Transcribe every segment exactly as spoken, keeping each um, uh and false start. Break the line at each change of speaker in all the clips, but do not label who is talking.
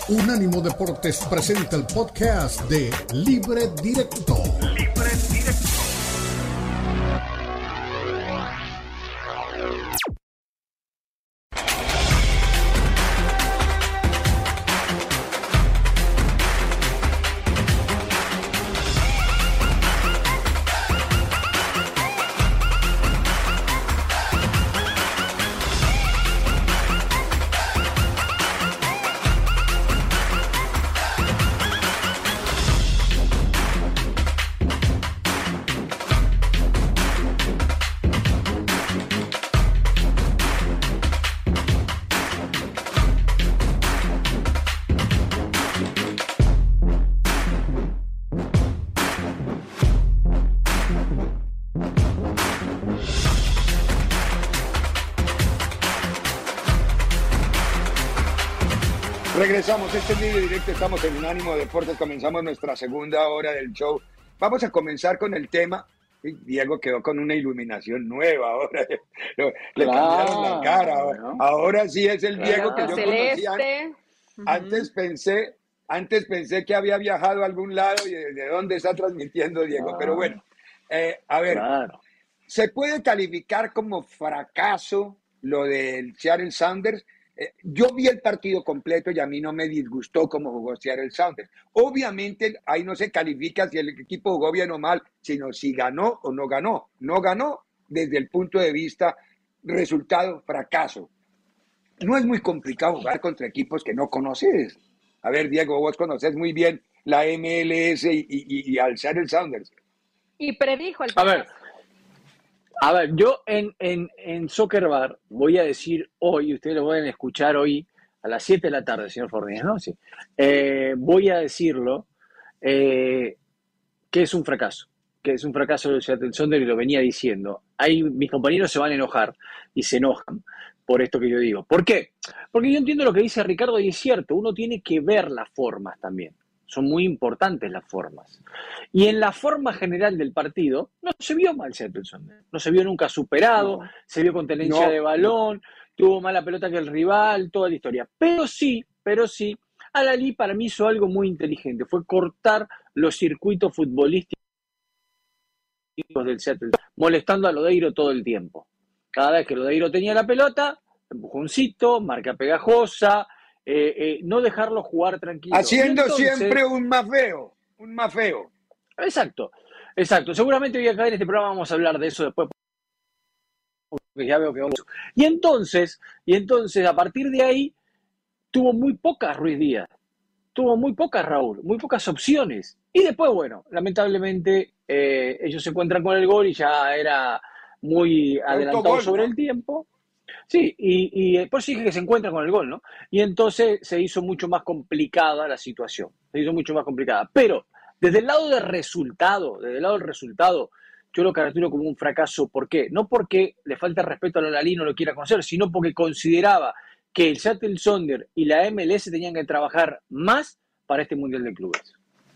Unánimo Deportes presenta el podcast de Libre Directo. Libre Directo.
Regresamos, este es Libre Directo, estamos en Unánimo Deportes, comenzamos nuestra segunda hora del show. Vamos a comenzar con el tema. Diego quedó con una iluminación nueva ahora, le
claro,
cambiaron la cara,
¿no?
Ahora sí es el Diego que yo
celeste.
conocía. Antes pensé, antes pensé que había viajado a algún lado y de, de dónde está transmitiendo Diego,
Ah,
pero bueno, eh, a ver,
claro.
¿se puede calificar como fracaso lo del Seattle Sounders? Eh, yo vi el partido completo y a mí no me disgustó cómo jugó Seattle Sounders. Obviamente ahí no se califica si el equipo jugó bien o mal, sino si ganó o no ganó. No ganó desde el punto de vista resultado, fracaso. No es muy complicado jugar contra equipos que no conoces. A ver, Diego, vos conoces muy bien la M L S y, y, y al Seattle Sounders.
Y predijo el
A ver, a ver, yo en, en, en Soccer Bar voy a decir hoy, ustedes lo pueden escuchar hoy a las siete de la tarde, señor Fornés, ¿no? Sí. Eh, voy a decirlo eh, que es un fracaso, que es un fracaso del Seattle Sounders y lo venía diciendo. Ahí mis compañeros se van a enojar y se enojan por esto que yo digo. ¿Por qué? Porque yo entiendo lo que dice Ricardo y es cierto, uno tiene que ver las formas también. Son muy importantes las formas. Y en la forma general del partido no se vio mal Seattle Sounders. No se vio nunca superado, no. Se vio con tenencia no. de balón, tuvo más la pelota que el rival, toda la historia. Pero sí, pero sí, Al-Ahly para mí hizo algo muy inteligente. Fue cortar los circuitos futbolísticos del Seattle, molestando a Lodeiro todo el tiempo. Cada vez que Lodeiro tenía la pelota, empujoncito, marca pegajosa, eh, eh, no dejarlo jugar tranquilo.
Haciendo entonces, siempre un más feo, un más feo.
Exacto, exacto. Seguramente hoy acá en este programa vamos a hablar de eso después, porque ya veo que vamos. Y entonces, y entonces a partir de ahí, tuvo muy pocas Ruiz Díaz, tuvo muy pocas Raúl, muy pocas opciones. Y después, bueno, lamentablemente eh, ellos se encuentran con el gol y ya era muy adelantado gol, sobre ¿no? el tiempo. Sí, y, y por eso dije que se encuentra con el gol, ¿no? Y entonces se hizo mucho más complicada la situación, se hizo mucho más complicada. Pero desde el lado del resultado, desde el lado del resultado, yo lo caracterizo como un fracaso. ¿Por qué? No porque le falta respeto a Al-Ahly, no lo quiera conocer, sino porque consideraba que el Seattle Sounders y la M L S tenían que trabajar más para este Mundial de Clubes.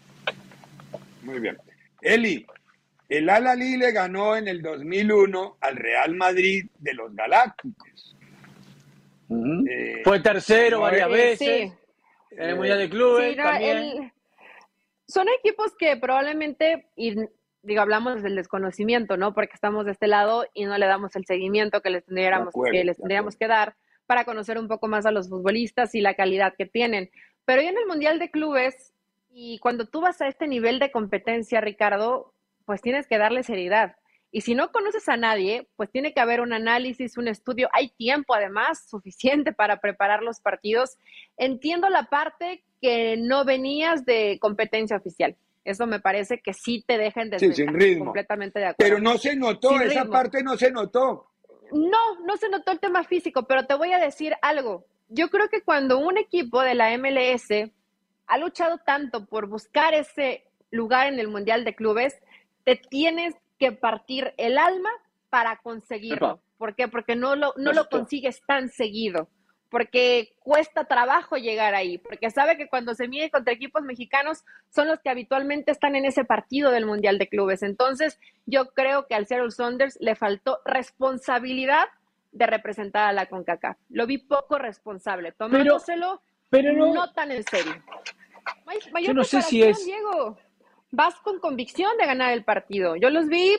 Muy bien. Eli, el Al-Ahly le ganó en el dos mil uno al Real Madrid de los Galácticos.
Uh-huh. Eh, Fue tercero no, varias eh, veces
sí.
en el Mundial de Clubes.
Sí, no,
también.
El, son equipos que probablemente, y digo, hablamos del desconocimiento, ¿no? Porque estamos de este lado y no le damos el seguimiento que les tendríamos, acuerdo, que, les tendríamos que dar para conocer un poco más a los futbolistas y la calidad que tienen. Pero ya en el Mundial de Clubes, y cuando tú vas a este nivel de competencia, Ricardo, pues tienes que darle seriedad. Y si no conoces a nadie, pues tiene que haber un análisis, un estudio. Hay tiempo, además, suficiente para preparar los partidos. Entiendo la parte que no venías de competencia oficial. Eso me parece que sí te deja en desventaja.
Sí, sin ritmo.
Completamente de acuerdo.
Pero no se notó, sin esa ritmo. Parte no se notó.
No, no se notó el tema físico, pero te voy a decir algo. Yo creo que cuando un equipo de la M L S ha luchado tanto por buscar ese lugar en el Mundial de Clubes, te tienes que partir el alma para conseguirlo. Epa. ¿Por qué? Porque no lo, no lo consigues tan seguido, porque cuesta trabajo llegar ahí, porque sabe que cuando se mide contra equipos mexicanos son los que habitualmente están en ese partido del Mundial de Clubes. Entonces, yo creo que al Seattle Sounders le faltó responsabilidad de representar a la CONCACAF. Lo vi poco responsable, tomándoselo
pero no,
no tan en serio. May, mayor
yo no sé si es...
Diego, vas con convicción de ganar el partido. Yo los vi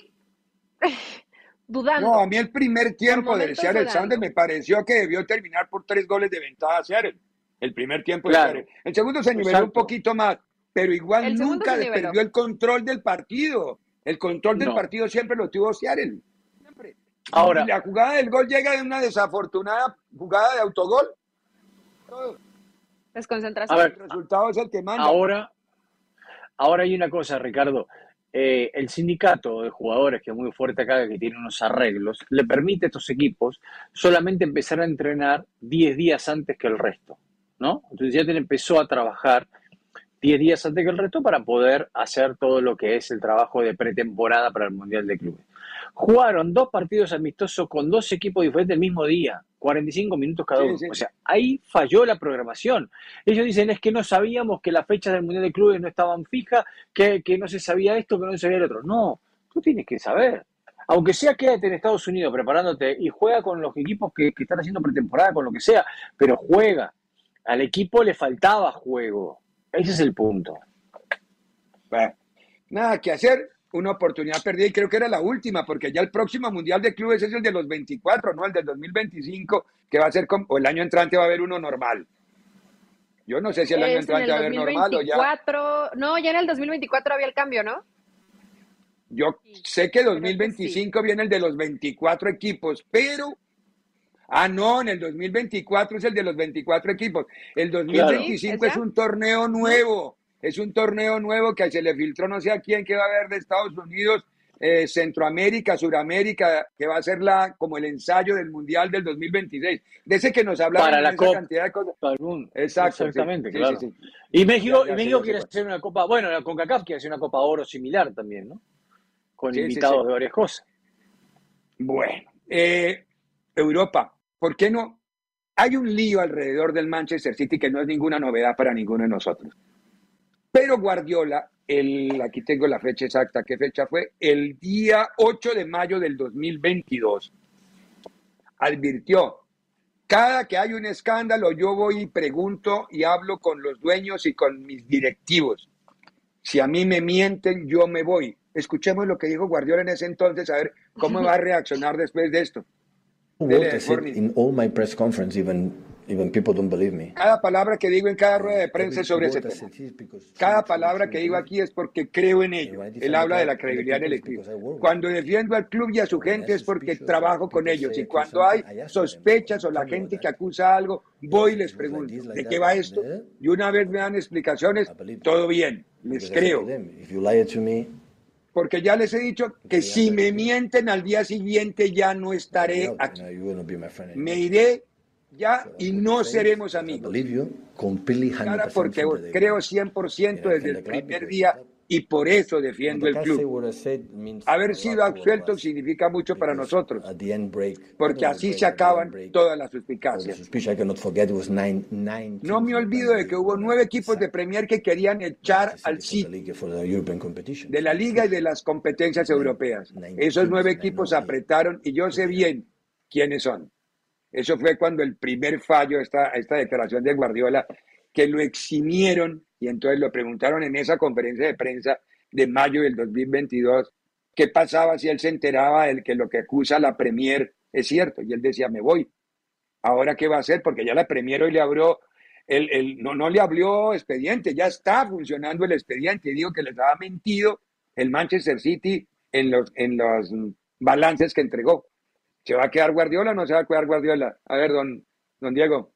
dudando.
No, a mí el primer tiempo del Seattle Sounders me pareció que debió terminar por tres goles de ventaja a Seattle. El primer tiempo
claro.
de Seattle. El segundo se niveló Exacto. un poquito más, pero igual el nunca perdió el control del partido. El control del no. partido siempre lo tuvo Seattle. Siempre.
Ahora,
y la jugada del gol llega de una desafortunada jugada de autogol. Todo.
Desconcentración.
A ver,
el resultado es el que manda.
Ahora, ahora hay una cosa, Ricardo. Eh, el sindicato de jugadores, que es muy fuerte acá, que tiene unos arreglos, le permite a estos equipos solamente empezar a entrenar diez días antes que el resto, ¿no? Entonces ya te empezó a trabajar diez días antes que el resto para poder hacer todo lo que es el trabajo de pretemporada para el Mundial de Clubes. Jugaron dos partidos amistosos con dos equipos diferentes el mismo día, cuarenta y cinco minutos cada uno. Sí, sí. O sea, ahí falló la programación. Ellos dicen, es que no sabíamos que las fechas del Mundial de Clubes no estaban fijas, que, que no se sabía esto, que no se sabía el otro. No, tú tienes que saber. Aunque sea, quédate en Estados Unidos preparándote y juega con los equipos que, que están haciendo pretemporada, con lo que sea, pero juega. Al equipo le faltaba juego. Ese es el punto.
Bueno, nada que hacer. Una oportunidad perdida y creo que era la última, porque ya el próximo Mundial de Clubes es el de los veinticuatro, no el del dos mil veinticinco, que va a ser, como, o el año entrante va a haber uno normal. Yo no sé si el año
es
entrante va a haber normal o ya.
No, ya en el dos mil veinticuatro había el cambio, ¿no?
Yo sí, sé que dos mil veinticinco sí. Viene el de los veinticuatro equipos, pero... Ah, no, en el dos mil veinticuatro es el de los veinticuatro equipos. El dos mil veinticinco claro. es un torneo nuevo. Es un torneo nuevo que se le filtró no sé a quién, que va a haber de Estados Unidos, eh, Centroamérica, Suramérica, que va a ser la como el ensayo del Mundial del dos mil veintiséis. De ese que nos hablaron
para la
de
esa
cantidad de cosas.
Exacto, exactamente, sí, claro. Sí, sí, sí. Y México, ya, ya, y México sí, quiere sí, hacer una Copa, bueno, la CONCACAF quiere hacer una Copa Oro similar también, ¿no? Con sí, invitados sí, sí. de varias cosas.
Bueno, eh, Europa, ¿por qué no? Hay un lío alrededor del Manchester City que no es ninguna novedad para ninguno de nosotros. Pero Guardiola, el, aquí tengo la fecha exacta, ¿qué fecha fue? El día ocho de mayo del dos mil veintidós, advirtió, cada que hay un escándalo yo voy y pregunto y hablo con los dueños y con mis directivos. Si a mí me mienten, yo me voy. Escuchemos lo que dijo Guardiola en ese entonces, a ver cómo va a reaccionar después de esto.
In all my press conference, even even people don't believe me.
Cada palabra que digo en cada rueda de prensa es sobre ese tema. Cada palabra que digo aquí es porque creo en ello. Él habla de la credibilidad del equipo. Cuando defiendo al club y a su gente es porque trabajo con ellos. Y cuando hay sospechas o la gente que acusa algo, voy y les pregunto, ¿de qué va esto? Y una vez me dan explicaciones, todo bien, les creo. Porque ya les he dicho que si me mienten al día siguiente ya no estaré aquí. Me iré ya y no seremos amigos. Claro, porque creo cien por ciento desde el primer día y por eso defiendo el club. Haber sido absuelto significa mucho para nosotros, porque así se acaban todas las suspicacias. No me olvido de que hubo nueve equipos de Premier que querían echar al City de la Liga y de las competencias europeas. Esos nueve equipos apretaron y yo sé bien quiénes son. Eso fue cuando el primer fallo, esta, esta declaración de Guardiola, que lo eximieron y entonces lo preguntaron en esa conferencia de prensa de mayo del dos mil veintidós, qué pasaba si él se enteraba de que lo que acusa la Premier es cierto. Y él decía, me voy. ¿Ahora qué va a hacer? Porque ya la Premier hoy le abrió, el, el, no, no le abrió expediente, ya está funcionando el expediente. Y digo que les había mentido el Manchester City en los, en los balances que entregó. ¿Se va a quedar Guardiola o no se va a quedar Guardiola? A ver, don, don Diego.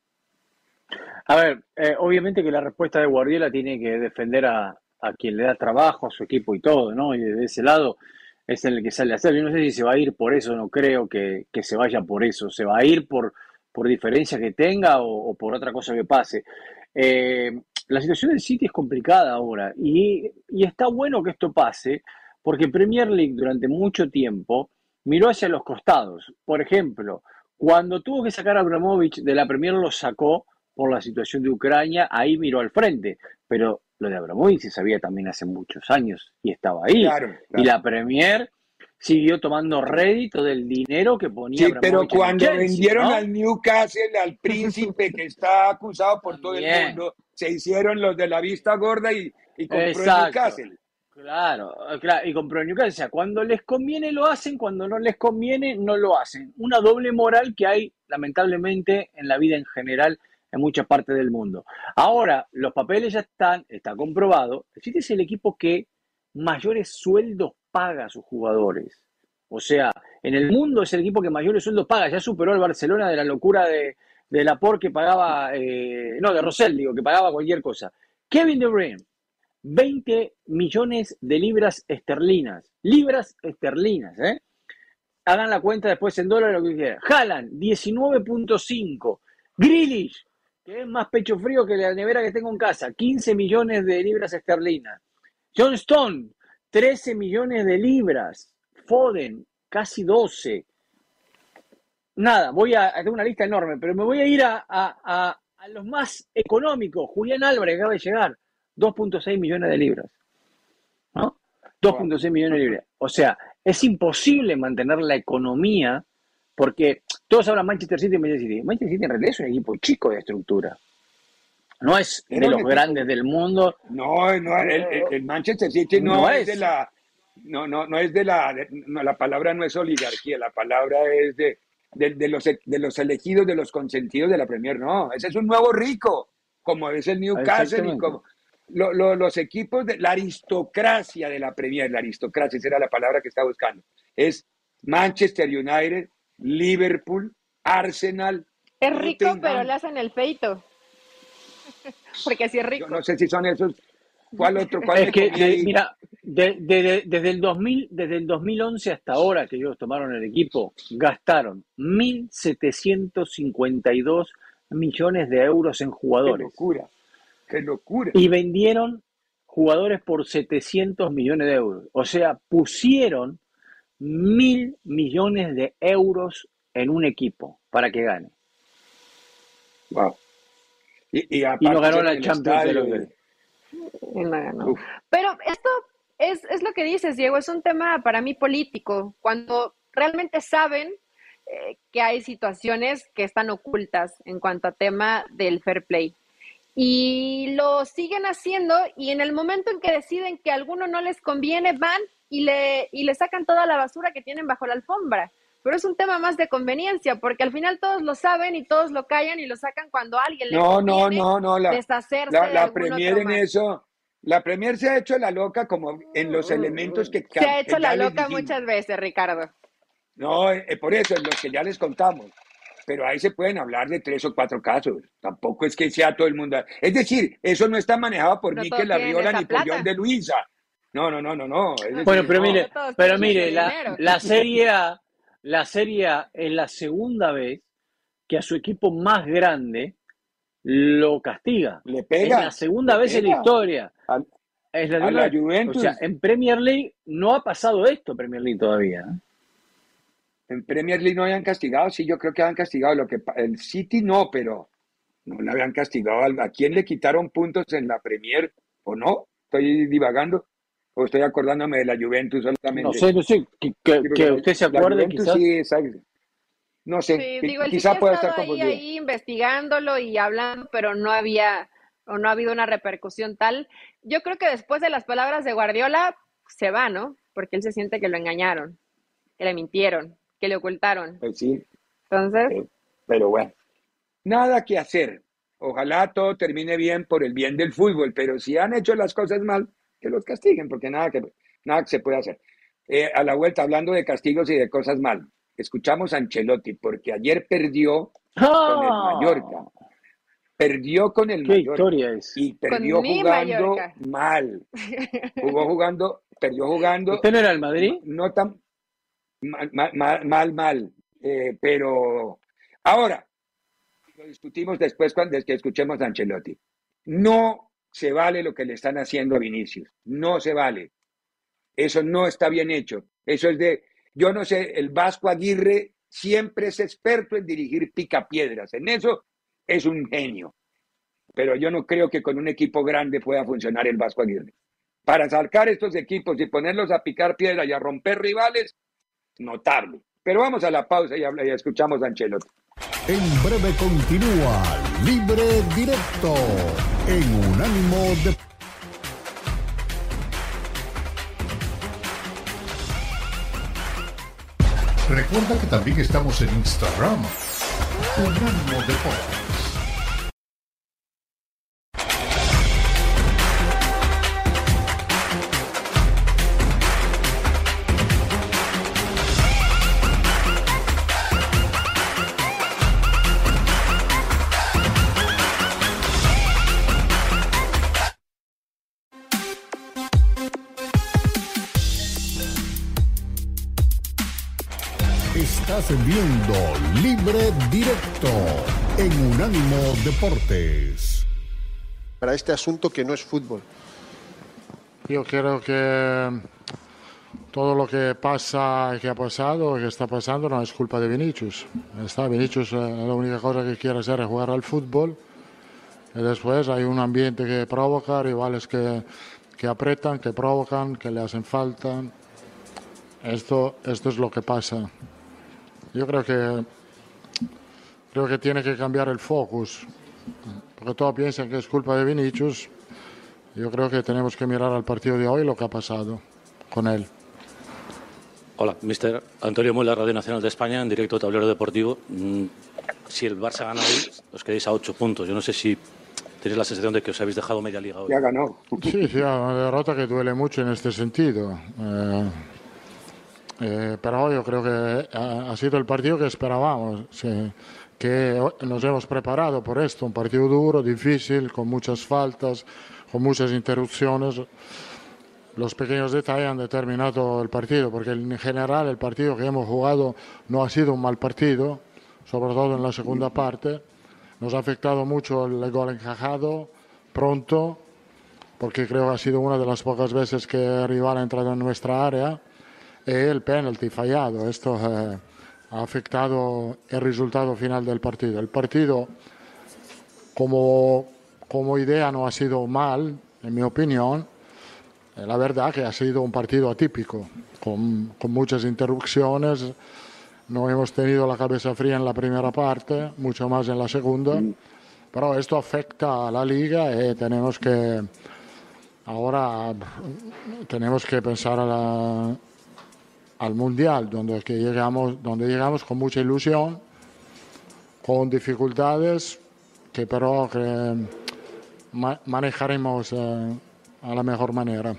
A ver, eh, obviamente que la respuesta de Guardiola tiene que defender a, a quien le da trabajo, a su equipo y todo, ¿no? Y de ese lado es el que sale a hacer. Yo no sé si se va a ir por eso, no creo que, que se vaya por eso. Se va a ir por, por diferencia que tenga o, o por otra cosa que pase. Eh, la situación del City es complicada ahora y, y está bueno que esto pase porque Premier League durante mucho tiempo miró hacia los costados. Por ejemplo, cuando tuvo que sacar a Abramovich de la Premier lo sacó por la situación de Ucrania, ahí miró al frente, pero lo de Abramovich se sabía también hace muchos años y estaba ahí. Claro, claro. Y la Premier siguió tomando rédito del dinero que ponía.
Sí, pero cuando
Chelsea,
vendieron
¿no?
al Newcastle, al príncipe que está acusado por todo el mundo, se hicieron los de la vista gorda y, y compró
Exacto.
el Newcastle.
Claro, claro, y compró el Newcastle. O sea, cuando les conviene lo hacen, cuando no les conviene no lo hacen. Una doble moral que hay, lamentablemente, en la vida en general en muchas partes del mundo. Ahora, los papeles ya están, está comprobado. El City es el equipo que mayores sueldos paga a sus jugadores. O sea, en el mundo es el equipo que mayores sueldos paga. Ya superó al Barcelona de la locura de, de Laporte que pagaba, eh, no, de Rosell, digo, que pagaba cualquier cosa. Kevin De Bruyne, veinte millones de libras esterlinas. Libras esterlinas, ¿eh? Hagan la cuenta después en dólares lo que quieran. Haaland, diecinueve punto cinco. Grealish, que es más pecho frío que la nevera que tengo en casa, quince millones de libras esterlinas. John Stone, trece millones de libras. Foden, casi doce. Nada, voy a hacer una lista enorme, pero me voy a ir a, a, a, a los más económicos. Julián Álvarez, que acaba de llegar, dos punto seis millones de libras. ¿No? dos punto seis millones de libras. O sea, es imposible mantener la economía porque todos hablan Manchester City y Manchester City. Manchester City en realidad es un equipo chico de estructura. No es de los grandes del mundo.
No, no, el, el Manchester City no, no es, es de la... No, no, no es de la... No, la palabra no es oligarquía, la palabra es de, de, de, los, de los elegidos, de los consentidos de la Premier. No, ese es un nuevo rico, como es el Newcastle y como... Lo, lo, los equipos de la aristocracia de la Premier, la aristocracia, esa era la palabra que estaba buscando, es Manchester United, Liverpool, Arsenal.
Es rico, Tottenham. Pero le hacen el feito. Porque así es rico.
Yo no sé si son esos. ¿Cuál otro? ¿Cuál
es que, de, mira, de, de, de, desde, el dos mil, desde el dos mil once hasta ahora que ellos tomaron el equipo, gastaron mil setecientos cincuenta y dos millones de euros en jugadores.
¡Qué locura! ¡Qué locura!
Y vendieron jugadores por setecientos millones de euros. O sea, pusieron mil millones de euros en un equipo para que gane.
Wow. Y, y,
y no ganó la Champions de los
no ganó. Pero esto es, es lo que dices, Diego, es un tema para mí político. Cuando realmente saben eh, que hay situaciones que están ocultas en cuanto a tema del fair play. Y lo siguen haciendo y en el momento en que deciden que a alguno no les conviene, van y le, y le sacan toda la basura que tienen bajo la alfombra. Pero es un tema más de conveniencia, porque al final todos lo saben y todos lo callan y lo sacan cuando a alguien le
no,
conviene
no, no, no, la,
deshacerse
la,
de
la
algún
Premier
otro
en
más.
eso, la Premier se ha hecho la loca como en los elementos que...
Se ha hecho
que
la loca muchas veces, Ricardo.
No, eh, por eso, en los que ya les contamos. Pero ahí se pueden hablar de tres o cuatro casos. Tampoco es que sea todo el mundo. Es decir, eso no está manejado por no Mikel Arriola ni por John de Luisa. No, no, no, no, no. Es decir,
bueno, pero
no.
mire, pero mire, la, la Serie A, la Serie A es la segunda vez que a su equipo más grande lo castiga.
Le pega.
Es la segunda vez pega. en la historia.
A,
es la,
a la Juventus.
O sea, en Premier League no ha pasado esto, Premier League todavía. ¿eh?
En Premier League no habían castigado, sí, yo creo que habían castigado. Lo que el City no, pero no le habían castigado. ¿A quién le quitaron puntos en la Premier? ¿O no? Estoy divagando. ¿O estoy acordándome de la Juventus solamente?
No sé, no sé. Que, que, que usted se acuerde,
Juventus,
quizás.
Sí, exacto. No sé,
sí, digo,
quizá pueda estar
ahí,
confundido.
ahí investigándolo y hablando, pero no había, o no ha habido una repercusión tal. Yo creo que después de las palabras de Guardiola, se va, ¿no? Porque él se siente que lo engañaron, que le mintieron, que le ocultaron.
Pues sí.
Entonces.
Pero, pero bueno, nada que hacer. Ojalá todo termine bien por el bien del fútbol, pero si han hecho las cosas mal, que los castiguen, porque nada que, nada que se puede hacer. Eh, a la vuelta, hablando de castigos y de cosas mal, escuchamos a Ancelotti, porque ayer perdió
¡Oh!
con el Mallorca. Perdió con el
¿Qué
Mallorca.
historia es?
Y perdió jugando mal. Jugó jugando, perdió jugando.
¿Usted no era el Madrid?
No, no tan mal, mal, mal, mal. Eh, pero ahora, lo discutimos después cuando es que escuchemos a Ancelotti. No se vale lo que le están haciendo a Vinicius. No se vale. Eso no está bien hecho. Eso es de, yo no sé, el Vasco Aguirre siempre es experto en dirigir picapiedras. En eso es un genio. Pero yo no creo que con un equipo grande pueda funcionar el Vasco Aguirre. Para sacar estos equipos y ponerlos a picar piedra y a romper rivales, notable. Pero vamos a la pausa y, habla, y escuchamos a Ancelotti.
En breve continúa Libre Directo en Unánimo de... Recuerda que también estamos en Instagram, Unánimo Deportes. Estás viendo Libre Directo en Unánimo Deportes.
Para este asunto que no es fútbol.
Yo creo que todo lo que pasa y que ha pasado y que está pasando no es culpa de Vinicius. Está Vinicius, la única cosa que quiere hacer es jugar al fútbol. Y después hay un ambiente que provoca, rivales que, que apretan, que provocan, que le hacen falta. Esto, esto es lo que pasa. Yo creo que creo que tiene que cambiar el focus, porque todos piensan que es culpa de Vinicius. Yo creo que tenemos que mirar al partido de hoy lo que ha pasado con él.
Hola, mister Antonio Muela, Radio Nacional de España, en directo Tablero Deportivo. Si el Barça gana hoy, os quedéis a ocho puntos. Yo no sé si tenéis la sensación de que os habéis dejado media liga hoy.
Ya ganó.
Sí, sí, una derrota que duele mucho en este sentido. Eh, Eh, pero yo creo que ha, ha sido el partido que esperábamos, sí, que nos hemos preparado por esto, un partido duro, difícil, con muchas faltas, con muchas interrupciones. Los pequeños detalles han determinado el partido, porque en general el partido que hemos jugado no ha sido un mal partido, sobre todo en la segunda parte. Nos ha afectado mucho el gol encajado pronto, porque creo que ha sido una de las pocas veces que el rival ha entrado en nuestra área. El penalti fallado, esto eh, ha afectado el resultado final del partido. El partido como, como idea no ha sido mal, en mi opinión. Eh, la verdad que ha sido un partido atípico, con, con muchas interrupciones. No hemos tenido la cabeza fría en la primera parte, mucho más en la segunda. Pero esto afecta a la liga y tenemos que, ahora tenemos que pensar a la... al Mundial, donde, que llegamos, donde llegamos con mucha ilusión, con dificultades, que pero que ma manejaremos eh, a la mejor manera.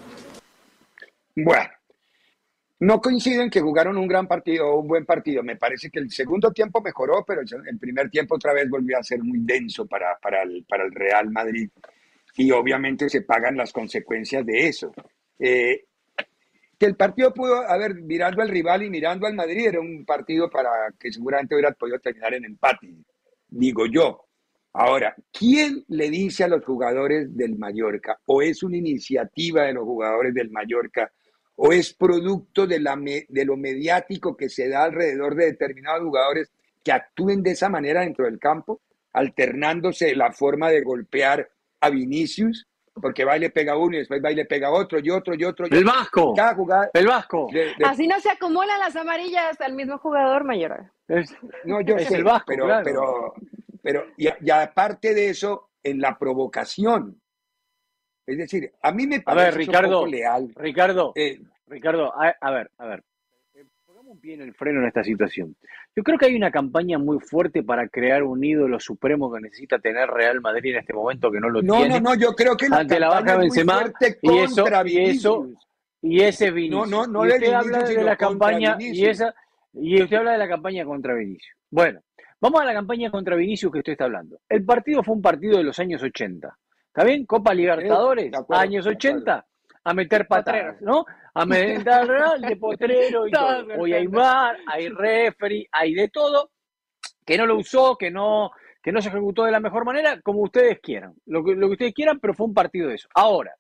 Bueno, no coinciden que jugaron un gran partido o un buen partido. Me parece que el segundo tiempo mejoró, pero el primer tiempo otra vez volvió a ser muy denso para, para, el, para el Real Madrid. Y obviamente se pagan las consecuencias de eso. Eh, que el partido pudo haber, mirando al rival y mirando al Madrid, era un partido para que seguramente hubiera podido terminar en empate, digo yo. Ahora, ¿quién le dice a los jugadores del Mallorca? ¿O es una iniciativa de los jugadores del Mallorca? ¿O es producto de, la, de lo mediático que se da alrededor de determinados jugadores que actúen de esa manera dentro del campo, alternándose la forma de golpear a Vinicius? Porque va y le pega uno y después va y le pega otro y otro y otro. Y
el Vasco.
Cada jugada,
el Vasco.
De, de,
Así no se acumulan las amarillas al mismo jugador, Mayor.
Es,
no, yo
es
sé,
el Vasco,
pero,
claro.
pero, pero y, y aparte de eso, en la provocación. Es decir, a mí me parece
a ver, Ricardo,
un poco leal.
Ricardo,
eh,
Ricardo, a, a ver, a ver. Pongamos un pie en el freno en esta situación. Yo creo que hay una campaña muy fuerte para crear un ídolo supremo que necesita tener Real Madrid en este momento, que no lo
no,
tiene.
No, no, no, yo creo que la
ante la baja Benzema y eso, y eso, y ese Vinicius.
No, no, no
y usted
de
habla
Vinicius,
de la
contra
campaña
Vinicius.
y esa, y usted habla de la campaña contra Vinicius. Bueno, vamos a la campaña contra Vinicius que usted está hablando. El partido fue un partido de los años ochenta. ¿Está bien? Copa Libertadores, eh, acuerdo, años ochenta. A meter patadas, ¿no? A meter de potrero y todo. Hoy hay V A R, hay referee, hay de todo, que no lo usó, que no, que no se ejecutó de la mejor manera, como ustedes quieran. Lo que, lo que ustedes quieran, pero fue un partido de eso. Ahora,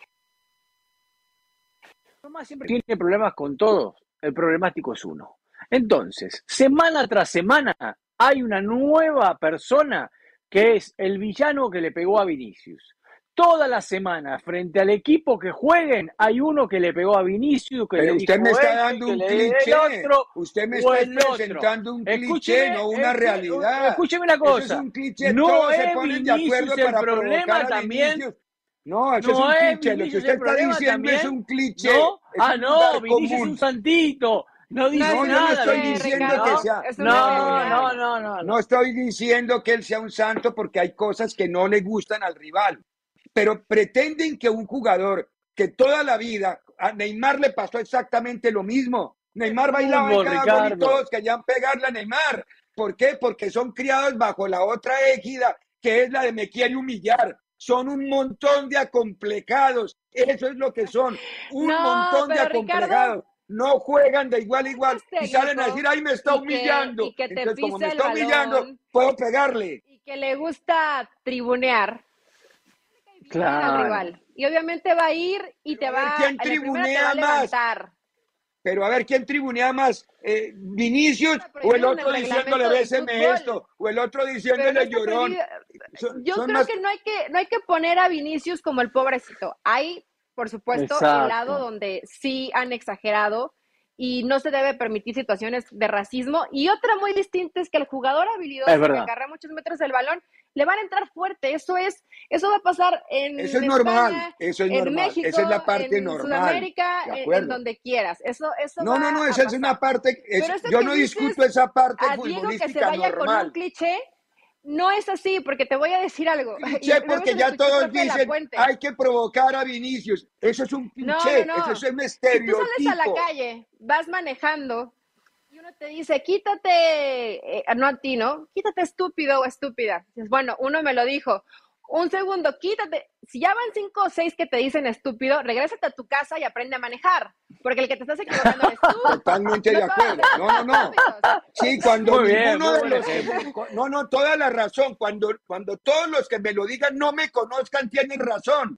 Tomás siempre tiene problemas con todos. El problemático es uno. Entonces, semana tras semana hay una nueva persona que es el villano que le pegó a Vinicius. toda la semana, frente al equipo que jueguen, hay uno que le pegó a Vinicius, que
Pero
le
usted
dijo
me está
esto,
dando
que
un
le
cliché.
otro,
Usted me
o
está
el otro.
presentando un cliché,
Escúcheme,
no una
escu-
realidad.
Escúcheme una
Eso
cosa.
es un cliché,
No
todos se
es
ponen de acuerdo
Vinicius el
para
problema
provocar a
también.
Vinicius. No, eso
No
es un
es
cliché. Lo que
Vinicius
usted
el
está
problema
diciendo
también.
es un cliché.
¿No?
Es
Ah,
un
no,
lugar
Vinicius es
común.
un santito. No dice
No, yo no
nada.
estoy
Vinicius,
diciendo
¿no?
que sea.
Es un
No, no,
No,
no,
no,
no.
no, no,
No
no.
estoy diciendo que él sea un santo porque hay cosas que no le gustan al rival. Pero pretenden que un jugador que toda la vida, a Neymar le pasó exactamente lo mismo. Neymar bailaba en
Fútbol,
cada gol y
Ricardo.
todos querían pegarle a Neymar. ¿Por qué? Porque son criados bajo la otra égida, que es la de me quiere humillar. Son un montón de acomplejados. Eso es lo que son. Un
No,
montón de
pero
acomplejados.
Ricardo,
No juegan de igual a igual
este
y salen a
técnico
decir, ay, me está
y que-
humillando.
y que te
Entonces, como
pise
me
el
está humillando,
balón.
puedo pegarle.
y que le gusta tribunear al
Claro.
rival. Y obviamente va a ir y
Pero
te
a ver,
va,
¿quién
en la primera te
tribunea
va a
más?
levantar.
Pero a ver, ¿quién tribunea más? Eh, ¿Vinicius
Está
o el
prohibido en
otro
el
diciéndole
reglamento del
béseme
fútbol.
esto? O el otro
Pero
diciéndole
no está
llorón.
prohibido.
Son-
Yo
son
creo
más-
que no hay que no hay que poner a Vinicius como el pobrecito. Hay, por supuesto,
Exacto.
el lado donde sí han exagerado y no se debe permitir situaciones de racismo. Y otra muy distinta es que el jugador habilidoso
Es
que
verdad.
agarra muchos metros del balón le van a entrar fuerte. Eso es, eso va a pasar en
Eso es
España,
normal, eso es
en
normal.
México,
Esa es la parte
en
normal.
Sudamérica,
De
en,
acuerdo.
en donde quieras. Eso, eso
No,
va
no, no,
a
esa es
pasar.
una parte. es-
Pero eso
yo
que
no
dices
discuto esa parte
a Diego que se
futbolística
vaya con un
normal.
cliché, no es así, porque te voy a decir algo. Y
Cliché
luego
porque
se lo
ya
escuché, creo
todos
que de La
dicen
Puente.
hay que provocar a Vinicius. Eso es un
No,
cliché,
no, no.
eso es un
Si tú
estereotipo.
sales a la calle, vas manejando y uno te dice, quítate, eh, no a ti, ¿no? Quítate estúpido o estúpida. Dices, bueno, uno me lo dijo. Un segundo, quítate. Si ya van cinco o seis que te dicen estúpido, regrésate a tu casa y aprende a manejar. Porque el que te estás equivocando eres tú.
Totalmente
No
de
todos
acuerdo.
los
No, no, no.
estúpidos.
Sí, cuando
Muy bien,
ninguno
muy
de
buen
los
ejemplo.
no, no, toda la razón. Cuando, cuando todos los que me lo digan no me conozcan tienen razón.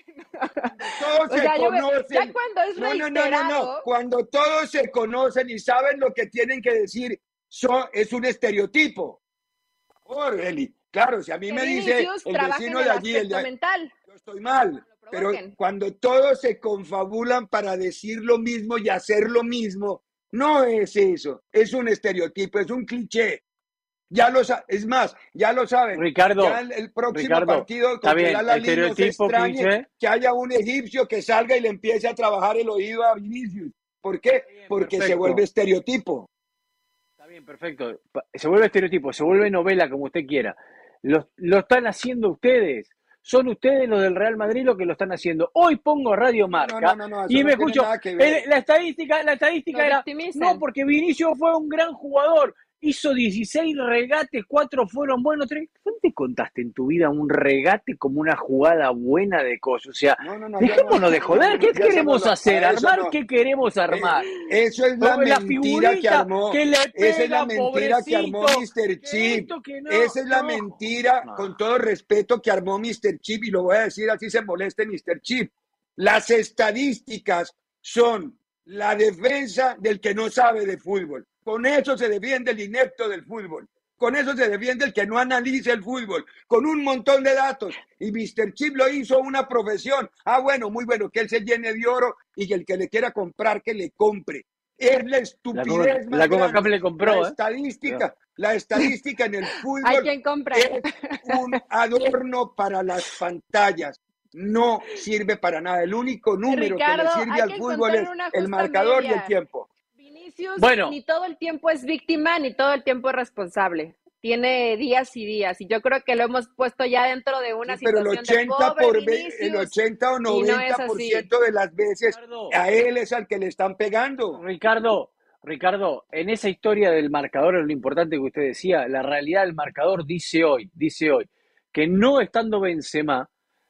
Cuando todos
O
se
sea, yo me-
conocen.
ya cuando es
no, no, no, no, no.
reiterado.
Cuando todos se conocen y saben lo que tienen que decir, so- es un estereotipo. Por favor, Eli. Claro, si a mí
Que
me dice
Vinicius
el
trabaja
vecino
en
de
el
allí, el de
aspecto mental.
yo estoy mal.
Lo
Pero
provoquen.
cuando todos se confabulan para decir lo mismo y hacer lo mismo, no es eso, es un estereotipo, es un cliché. Ya lo sa- es más, ya lo saben.
Ricardo,
ya el, el próximo
Ricardo,
partido
está
contra
bien,
el Al-Ahly no se
estereotipo,
extrañe
cliché.
que haya un egipcio que salga y le empiece a trabajar el oído a Vinicius. ¿Por qué?
bien,
Porque se
perfecto.
vuelve estereotipo.
Está bien, perfecto. Pa- Se vuelve estereotipo, se vuelve novela, como usted quiera. Lo, lo están haciendo ustedes. Son ustedes los del Real Madrid los que lo están haciendo. Hoy pongo Radio Marca
No, no, no, no, eso
y
no
me
tiene
escucho.
nada que ver.
el- la estadística, la estadística
No
era.
victimicen.
No, porque Vinicius fue un gran jugador. Hizo dieciséis regates, cuatro fueron buenos, tres. ¿Cuándo te contaste en tu vida un regate como una jugada buena de cosas? O sea,
No, no, no, ya
dejémonos
no,
de
no,
joder.
no,
¿Qué
ya eso
queremos
no lo-
hacer?
a eso
¿Armar?
no.
¿Qué queremos armar?
Eh, eso es la
Como la
mentira que
figurita
armó.
que le
Esa es la
pega,
mentira que armó
pobrecito,
mister
que
Chip.
esto, que no,
Esa es la
no.
mentira,
No.
con todo respeto, que armó mister Chip, y lo voy a decir así se moleste mister Chip. Las estadísticas son la defensa del que no sabe de fútbol. Con eso se defiende el inepto del fútbol. Con eso se defiende el que no analiza el fútbol, con un montón de datos. Y mister Chip lo hizo una profesión. Ah, bueno, muy bueno, que él se llene de oro y que el que le quiera comprar, que le compre. Es la estupidez
La
más
Coca- la Coca-Cola
grande.
le compró,
La
¿eh?
estadística, la estadística en el
Hay
fútbol
quien compra.
es un adorno para las pantallas. No sirve para nada. El único número
Ricardo,
que le sirve
hay
al
que
fútbol
encontrar
es
una
el
justa
marcador y
media.
el tiempo.
Vinicius
Bueno.
ni todo el tiempo es víctima, ni todo el tiempo es responsable. Tiene días y días. Y yo creo que lo hemos puesto ya dentro de una
Sí, pero el
situación de
ochenta,
pobre
por ve-
Vinicius.
el ochenta o
y no es
noventa por ciento de las veces
Ricardo.
a él es al que le están pegando.
Ricardo, Ricardo, en esa historia del marcador, en lo importante que usted decía, la realidad del marcador dice hoy, dice hoy, que no estando Benzema,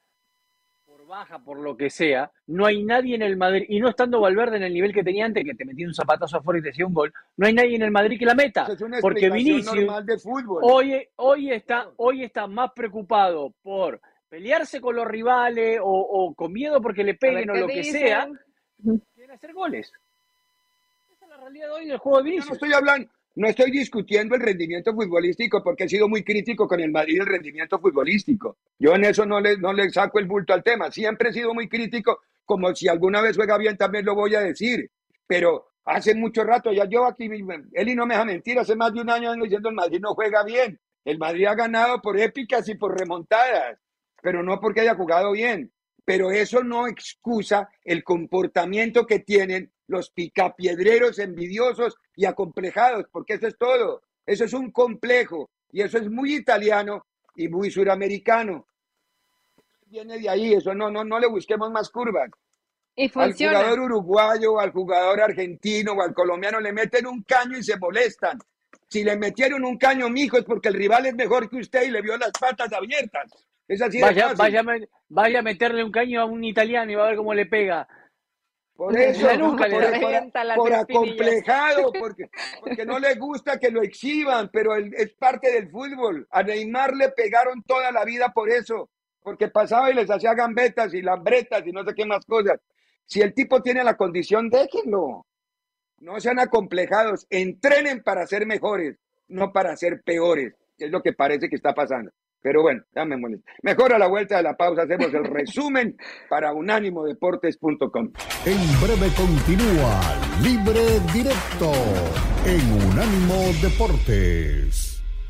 por baja, por lo que sea, no hay nadie en el Madrid, y no estando Valverde en el nivel que tenía antes, que te metía un zapatazo afuera y te hacía un gol, no hay nadie en el Madrid que la meta,
Eso es una
porque
explicación
Vinicius
normal de fútbol.
hoy, hoy, está, hoy está más preocupado por pelearse con los rivales o, o con miedo porque le
A ver
peguen o
qué
lo que
dicen.
sea, que en hacer goles. Esa es la realidad de hoy del juego de
Yo no
Vinicius.
estoy hablando, No estoy discutiendo el rendimiento futbolístico porque he sido muy crítico con el Madrid el rendimiento futbolístico. Yo en eso no le, no le saco el bulto al tema. Siempre he sido muy crítico, como si alguna vez juega bien también lo voy a decir. Pero hace mucho rato, ya yo aquí, Eli no me deja mentir, hace más de un año vengo diciendo el Madrid no juega bien. El Madrid ha ganado por épicas y por remontadas, pero no porque haya jugado bien. Pero eso no excusa el comportamiento que tienen los picapiedreros envidiosos y acomplejados, porque eso es todo. Eso es un complejo y eso es muy italiano y muy suramericano. Viene de ahí, eso no, no, no le busquemos más curvas.
Y funciona.
Al jugador uruguayo, al jugador argentino o al colombiano le meten un caño y se molestan. Si le metieron un caño, mijo, es porque el rival es mejor que usted y le vio las patas abiertas. Es así de
vaya,
fácil.
Vaya, vaya a meterle un caño a un italiano y va a ver cómo le pega.
Por eso,
nunca
por,
le
por, por, por acomplejado, porque, porque no le gusta que lo exhiban, pero el, es parte del fútbol. A Neymar le pegaron toda la vida por eso, porque pasaba y les hacía gambetas y lambretas y no sé qué más cosas. Si el tipo tiene la condición, déjenlo. No sean acomplejados, entrenen para ser mejores, no para ser peores, que es lo que parece que está pasando. Pero bueno, ya me molesta. Mejor a la vuelta de la pausa hacemos el resumen para unánimo deportes punto com.
En breve continúa Libre Directo en Unánimo Deportes.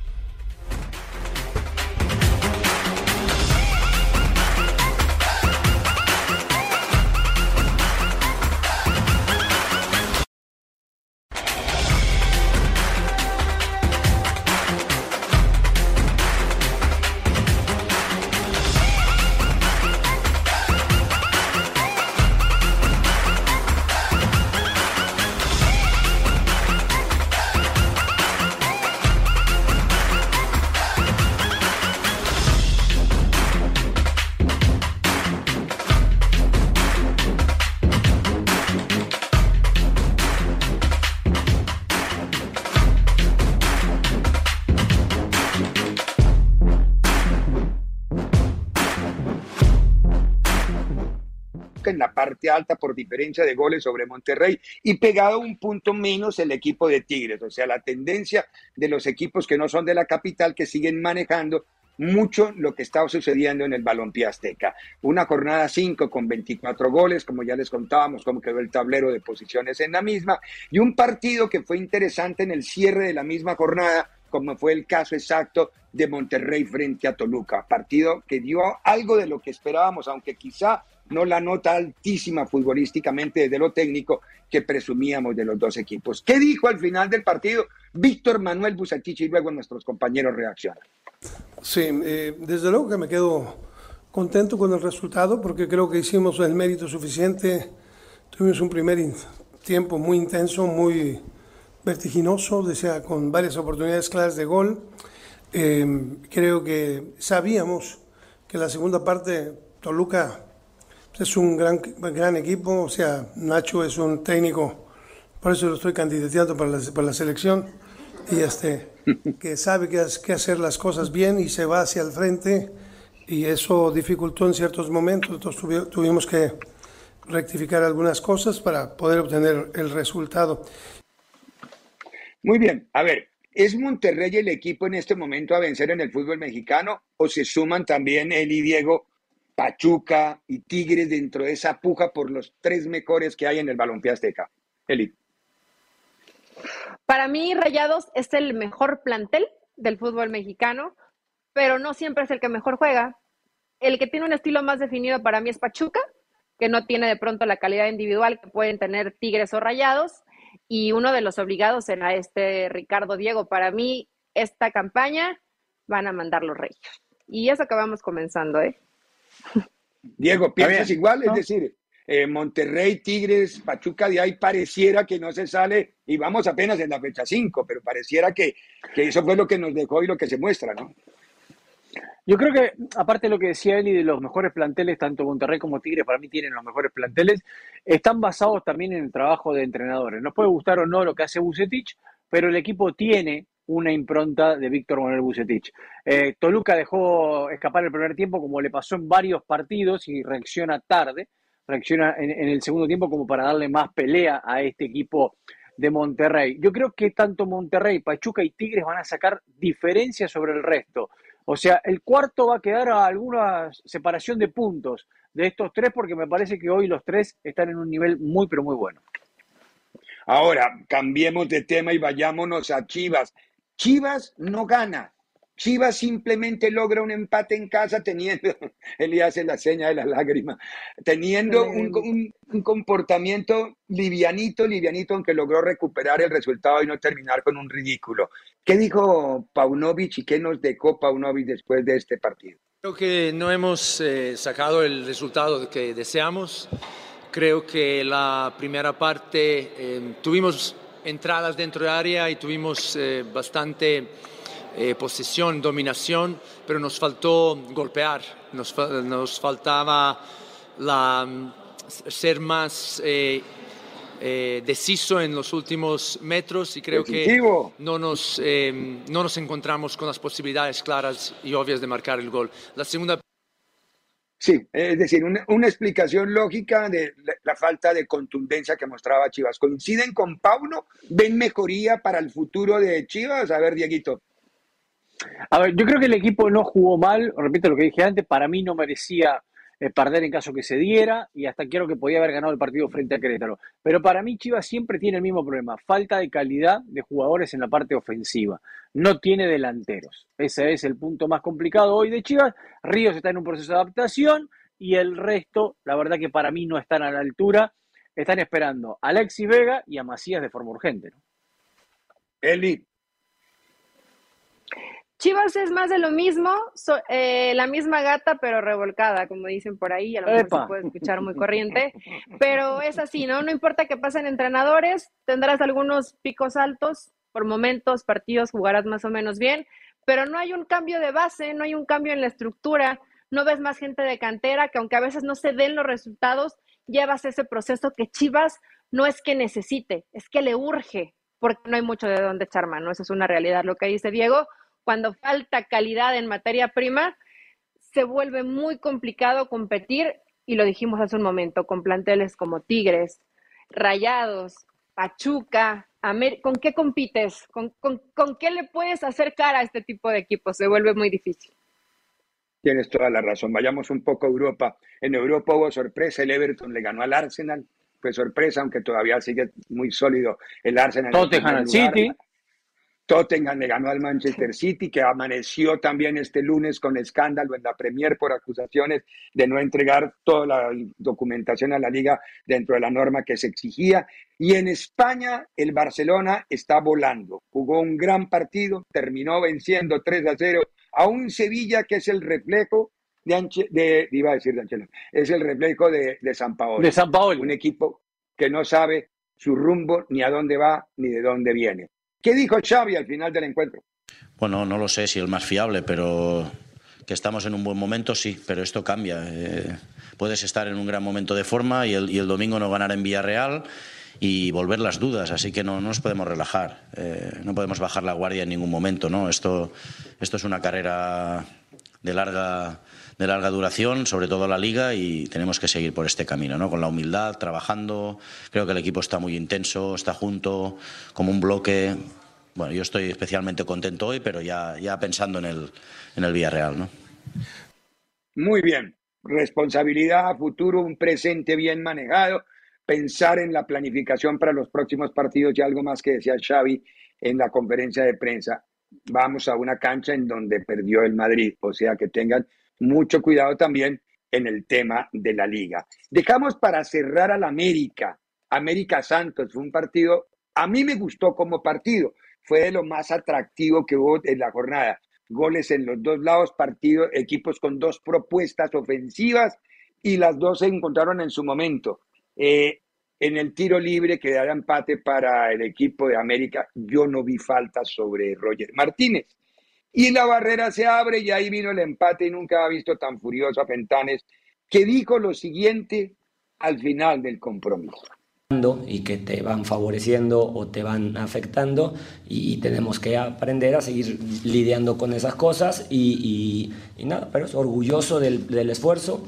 En la parte alta por diferencia de goles sobre Monterrey y pegado un punto menos el equipo de Tigres, o sea, la tendencia de los equipos que no son de la capital que siguen manejando mucho lo que está sucediendo en el Balompié Azteca. Una jornada cinco con veinticuatro goles, como ya les contábamos cómo quedó el tablero de posiciones en la misma, y un partido que fue interesante en el cierre de la misma jornada, como fue el caso exacto de Monterrey frente a Toluca, partido que dio algo de lo que esperábamos, aunque quizá no la nota altísima futbolísticamente desde lo técnico que presumíamos de los dos equipos. ¿Qué dijo al final del partido Víctor Manuel Bucetich y luego nuestros compañeros reaccionan?
Sí, eh, desde luego que me quedo contento con el resultado porque creo que hicimos el mérito suficiente. Tuvimos un primer tiempo muy intenso, muy vertiginoso, o sea, con varias oportunidades claras de gol. Eh, creo que sabíamos que la segunda parte Toluca es un gran, gran equipo, o sea, Nacho es un técnico, por eso lo estoy candidateando para la, para la selección, y este, que sabe que, que hacer las cosas bien y se va hacia el frente, y eso dificultó en ciertos momentos, entonces tuvi, tuvimos que rectificar algunas cosas para poder obtener el resultado.
Muy bien, a ver, ¿es Monterrey el equipo en este momento a vencer en el fútbol mexicano o se suman también él y Diego Pachuca y Tigres dentro de esa puja por los tres mejores que hay en el Balompié Azteca? Eli.
Para mí, Rayados es el mejor plantel del fútbol mexicano, pero no siempre es el que mejor juega. El que tiene un estilo más definido para mí es Pachuca, que no tiene de pronto la calidad individual que pueden tener Tigres o Rayados, y uno de los obligados era este Ricardo Diego. Para mí, esta campaña van a mandar los Reyes. Y eso que vamos comenzando, ¿eh?
Diego, ¿piensas igual? ¿No? Es decir, eh, Monterrey, Tigres, Pachuca, de ahí pareciera que no se sale, y vamos apenas en la fecha cinco, pero pareciera que, que eso fue lo que nos dejó y lo que se muestra, ¿no?
Yo creo que, aparte de lo que decía Eli, de los mejores planteles, tanto Monterrey como Tigres, para mí tienen los mejores planteles, están basados también en el trabajo de entrenadores. Nos puede gustar o no lo que hace Bucetich, pero el equipo tiene una impronta de Víctor Manuel Bucetich. Eh, Toluca dejó escapar el primer tiempo, como le pasó en varios partidos, y reacciona tarde, reacciona en, en el segundo tiempo como para darle más pelea a este equipo de Monterrey. Yo creo que tanto Monterrey, Pachuca y Tigres van a sacar diferencias sobre el resto. O sea, el cuarto va a quedar a alguna separación de puntos de estos tres, porque me parece que hoy los tres están en un nivel muy, pero muy bueno.
Ahora, cambiemos de tema y vayámonos a Chivas. Chivas no gana. Chivas simplemente logra un empate en casa teniendo, él hace la seña de la lágrima, teniendo un, un, un comportamiento livianito, livianito, aunque logró recuperar el resultado y no terminar con un ridículo. ¿Qué dijo Paunovic y qué nos dejó Paunovic después de este partido?
Creo que no hemos eh, sacado el resultado que deseamos. Creo que la primera parte eh, tuvimos entradas dentro de área y tuvimos eh, bastante eh, posesión, dominación, pero nos faltó golpear, nos, nos faltaba la, ser más eh, eh, deciso en los últimos metros, y creo Positivo. que no nos, eh, no nos encontramos con las posibilidades claras y obvias de marcar el gol. La segunda
Sí, es decir, una, una explicación lógica de la, la falta de contundencia que mostraba Chivas. ¿Coinciden con Pauno? ¿Ven mejoría para el futuro de Chivas? A ver, Dieguito.
A ver, yo creo que el equipo no jugó mal, repito lo que dije antes, para mí no merecía eh, perder en caso que se diera, y hasta creo que podía haber ganado el partido frente a Querétaro. Pero para mí Chivas siempre tiene el mismo problema, falta de calidad de jugadores en la parte ofensiva. No tiene delanteros. Ese es el punto más complicado hoy de Chivas. Ríos está en un proceso de adaptación y el resto, la verdad que para mí no están a la altura. Están esperando a Alexis Vega y a Macías de forma urgente, ¿no?
Eli.
Chivas es más de lo mismo, so, eh, la misma gata pero revolcada, como dicen por ahí, a lo mejor se puede escuchar muy corriente, pero es así, ¿no? No importa que pasen entrenadores, tendrás algunos picos altos, por momentos, partidos, jugarás más o menos bien, pero no hay un cambio de base, no hay un cambio en la estructura, no ves más gente de cantera, que aunque a veces no se den los resultados, llevas ese proceso que Chivas no es que necesite, es que le urge, porque no hay mucho de dónde echar mano, eso es una realidad, lo que dice Diego. Cuando falta calidad en materia prima, se vuelve muy complicado competir, y lo dijimos hace un momento, con planteles como Tigres, Rayados, Pachuca, Amer- ¿con qué compites? ¿Con, con, ¿Con qué le puedes hacer cara a este tipo de equipos? Se vuelve muy difícil.
Tienes toda la razón. Vayamos un poco a Europa. En Europa hubo sorpresa, el Everton le ganó al Arsenal, fue sorpresa, aunque todavía sigue muy sólido el Arsenal.
Tottenham City.
Tottenham le ganó al Manchester City, que amaneció también este lunes con escándalo en la Premier por acusaciones de no entregar toda la documentación a la liga dentro de la norma que se exigía. Y en España el Barcelona está volando. Jugó un gran partido, terminó venciendo tres a cero a un Sevilla que es el reflejo de, Anche, de iba a decir de Ancelotti, es el reflejo de, de Sampaoli.
De Sampaoli.
Un equipo que no sabe su rumbo, ni a dónde va, ni de dónde viene. ¿Qué dijo Xavi al final del encuentro?
Bueno, no lo sé si el más fiable, pero que estamos en un buen momento, sí, pero esto cambia. Eh, puedes estar en un gran momento de forma y el, y el domingo no ganar en Villarreal y volver las dudas, así que no, no nos podemos relajar, eh, no podemos bajar la guardia en ningún momento, ¿no? Esto, esto es una carrera de larga, de larga duración, sobre todo la Liga, y tenemos que seguir por este camino, ¿no? Con la humildad, trabajando. Creo que el equipo está muy intenso, está junto, como un bloque. Bueno, yo estoy especialmente contento hoy, pero ya, ya pensando en el, en el Villarreal, ¿no?
Muy bien. Responsabilidad a futuro, un presente bien manejado, pensar en la planificación para los próximos partidos y algo más que decía Xavi en la conferencia de prensa. Vamos a una cancha en donde perdió el Madrid, o sea que tengan mucho cuidado también en el tema de la Liga. Dejamos para cerrar al América. América Santos fue un partido, a mí me gustó como partido, fue de lo más atractivo que hubo en la jornada. Goles en los dos lados, partidos, equipos con dos propuestas ofensivas y las dos se encontraron en su momento. Eh, en el tiro libre que da empate para el equipo de América, yo no vi falta sobre Roger Martínez. Y la barrera se abre y ahí vino el empate y nunca había visto tan furioso a Fentanes, que dijo lo siguiente al final del compromiso.
Y que te van favoreciendo o te van afectando y, y tenemos que aprender a seguir lidiando con esas cosas y, y, y nada, pero es orgulloso del, del esfuerzo.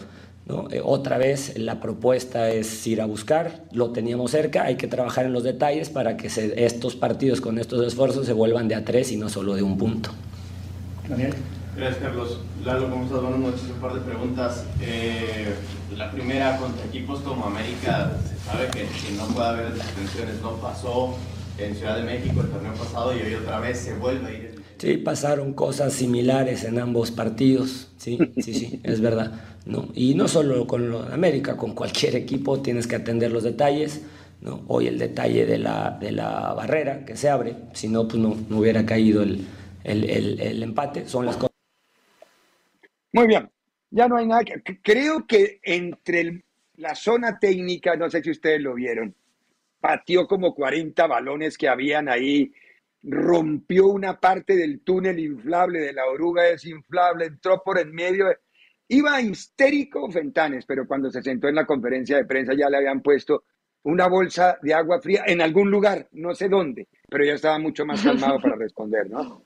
¿no? Eh, otra vez la propuesta es ir a buscar, lo teníamos cerca, hay que trabajar en los detalles para que se, estos partidos con estos esfuerzos se vuelvan de a tres y no solo de un punto.
Daniel. Gracias, Carlos. Lalo, ¿cómo estás? Buenas noches. Un par de preguntas. Eh, la primera, contra equipos como América, se sabe que, que no puede haber detenciones. No pasó en Ciudad de México el torneo pasado y hoy otra vez se vuelve a ir.
Sí, pasaron cosas similares en ambos partidos. Sí, sí, sí, es verdad. ¿No? Y no solo con lo de América, con cualquier equipo tienes que atender los detalles, ¿no? Hoy el detalle de la, de la barrera que se abre, si no, pues no, no hubiera caído el, el, el, el empate. Son las cosas.
Muy bien, ya no hay nada que... Creo que entre el, la zona técnica, no sé si ustedes lo vieron, pateó como cuarenta balones que habían ahí, rompió una parte del túnel inflable, de la oruga desinflable, entró por en medio, iba histérico Fentanes, pero cuando se sentó en la conferencia de prensa ya le habían puesto una bolsa de agua fría en algún lugar, no sé dónde, pero ya estaba mucho más calmado para responder, ¿no?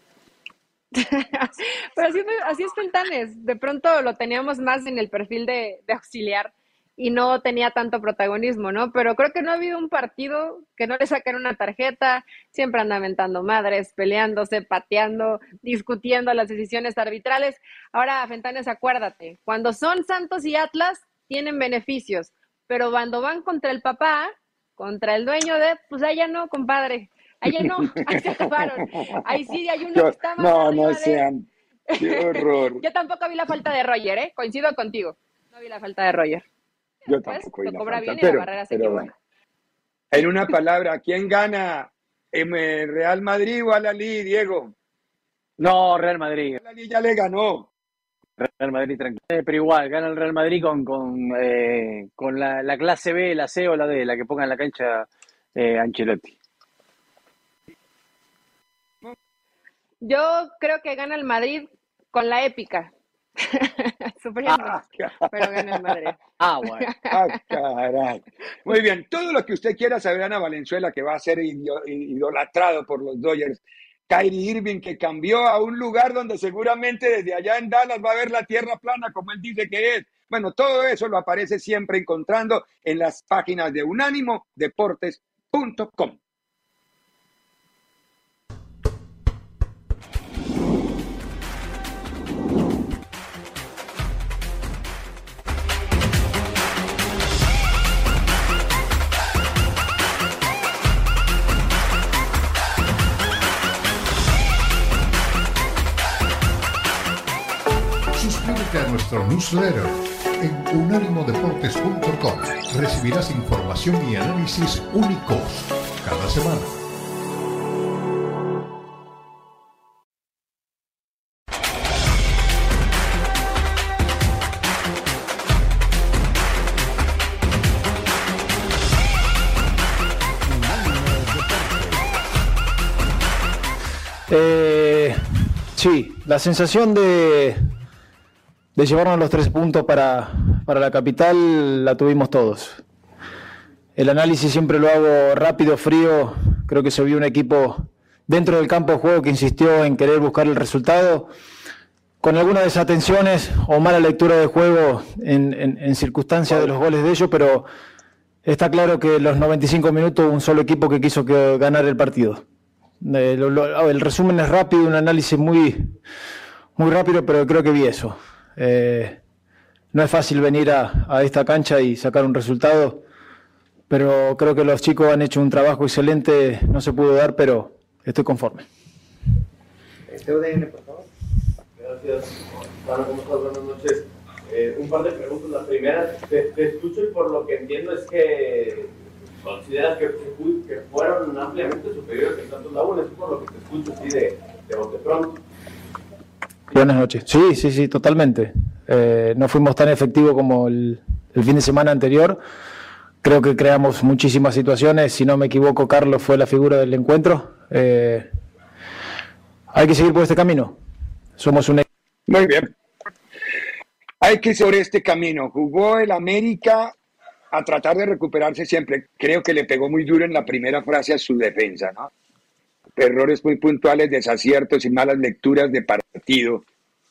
Pero así, así es Fentanes, de pronto lo teníamos más en el perfil de, de auxiliar y no tenía tanto protagonismo, ¿no? Pero creo que no ha habido un partido que no le saquen una tarjeta, siempre anda aventando madres, peleándose, pateando, discutiendo las decisiones arbitrales. Ahora, Fentanes, acuérdate, cuando son Santos y Atlas, tienen beneficios, pero cuando van contra el papá, contra el dueño de, pues allá no, compadre. Allá no, ahí se acabaron. Ahí sí hay uno
Yo,
que está más
No,
arriba
no
de...
sean. Qué horror.
Yo tampoco vi la falta de Roger, ¿eh? Coincido contigo. No vi la falta de Roger.
Yo
Después,
tampoco vi
lo
la
cobra
falta,
bien y
pero,
la barrera se
pero
equivoca.
bueno. En una palabra, ¿quién gana? ¿En Real Madrid o Al-Ahly, Diego?
No, Real Madrid.
Al-Ahly ya le ganó.
Real Madrid tranquilo. Eh, pero igual, gana el Real Madrid con, con, eh, con la, la clase B, la C o la D, la que ponga en la cancha eh, Ancelotti.
Yo creo que gana el Madrid con la épica. Sufriendo,
Ah,
pero gana el Madrid.
Ah, bueno.
Ah, caray. Muy bien, todo lo que usted quiera saber, Ana Valenzuela, que va a ser idolatrado por los Dodgers. Kyrie Irving, que cambió a un lugar donde seguramente desde allá en Dallas va a ver la tierra plana, como él dice que es. Bueno, todo eso lo aparece siempre encontrando en las páginas de unánimo deportes punto com.
Suscríbete a nuestro newsletter en unánimo deportes punto com. Recibirás información y análisis únicos cada semana.
Eh, sí, la sensación de, de llevarnos los tres puntos para, para la capital la tuvimos todos. El análisis siempre lo hago rápido, frío. Creo que se vio un equipo dentro del campo de juego que insistió en querer buscar el resultado, con algunas desatenciones o mala lectura de juego en, en, en circunstancias de los goles de ellos, pero está claro que en los noventa y cinco minutos hubo un solo equipo que quiso que, ganar el partido. Eh, lo, lo, el resumen es rápido, un análisis muy, muy rápido, pero creo que vi eso. Eh, no es fácil venir a, a esta cancha y sacar un resultado, pero creo que los chicos han hecho un trabajo excelente. No se pudo dar, pero estoy conforme.
T U D N, por favor. Gracias. Bueno, ¿cómo estás? Buenas noches. Eh, un par de preguntas. La primera, te, te escucho y por lo que entiendo es que consideras que, que fueron ampliamente superiores en Santos Laguna. Es por lo que te escucho así de, de bote pronto.
Buenas noches. Sí, sí, sí, totalmente. Eh, no fuimos tan efectivos como el, el fin de semana anterior. Creo que creamos muchísimas situaciones. Si no me equivoco, Carlos fue la figura del encuentro. Eh, hay que seguir por este camino. Somos un...
Muy bien. Hay que ir sobre este camino. Jugó el América a tratar de recuperarse siempre. Creo que le pegó muy duro en la primera frase a su defensa, ¿no? Errores muy puntuales, desaciertos y malas lecturas de partido.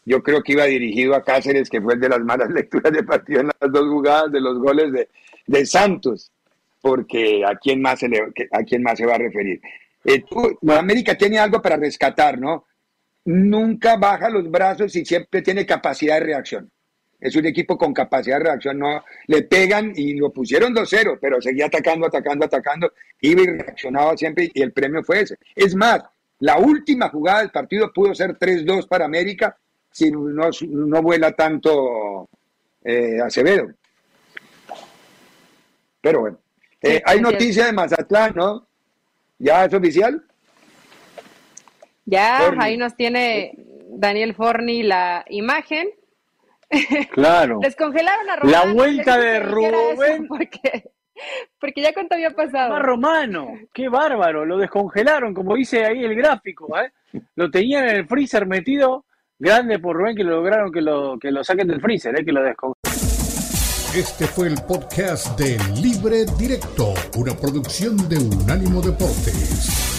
yo creo que iba dirigido a Cáceres, que fue el de las malas lecturas de partido en las dos jugadas de los goles de, de Santos, porque a quién más se, le, a quién más se va a referir. Eh, tú, América tiene algo para rescatar, ¿no? Nunca baja los brazos y siempre tiene capacidad de reacción. Es un equipo con capacidad de reacción, no le pegan y lo pusieron dos cero, pero seguía atacando, atacando, atacando, iba y reaccionaba siempre y el premio fue ese. Es más, la última jugada del partido pudo ser tres dos para América si no, no vuela tanto eh, Acevedo. Pero bueno, eh, hay noticia de Mazatlán, ¿no? ¿Ya es oficial?
Ya, Forni. Ahí nos tiene Daniel Forni la imagen.
Claro.
Descongelaron a Romano.
La vuelta de Rubén.
Porque, porque ya cuánto había pasado.
Más Romano, qué bárbaro. Lo descongelaron, como dice ahí el gráfico. ¿eh? Lo tenían en el freezer metido. Grande por Rubén que lo lograron que lo, que lo saquen del freezer, ¿eh? Que lo descongelaron.
Este fue el podcast de Libre Directo, una producción de Unánimo Deportes.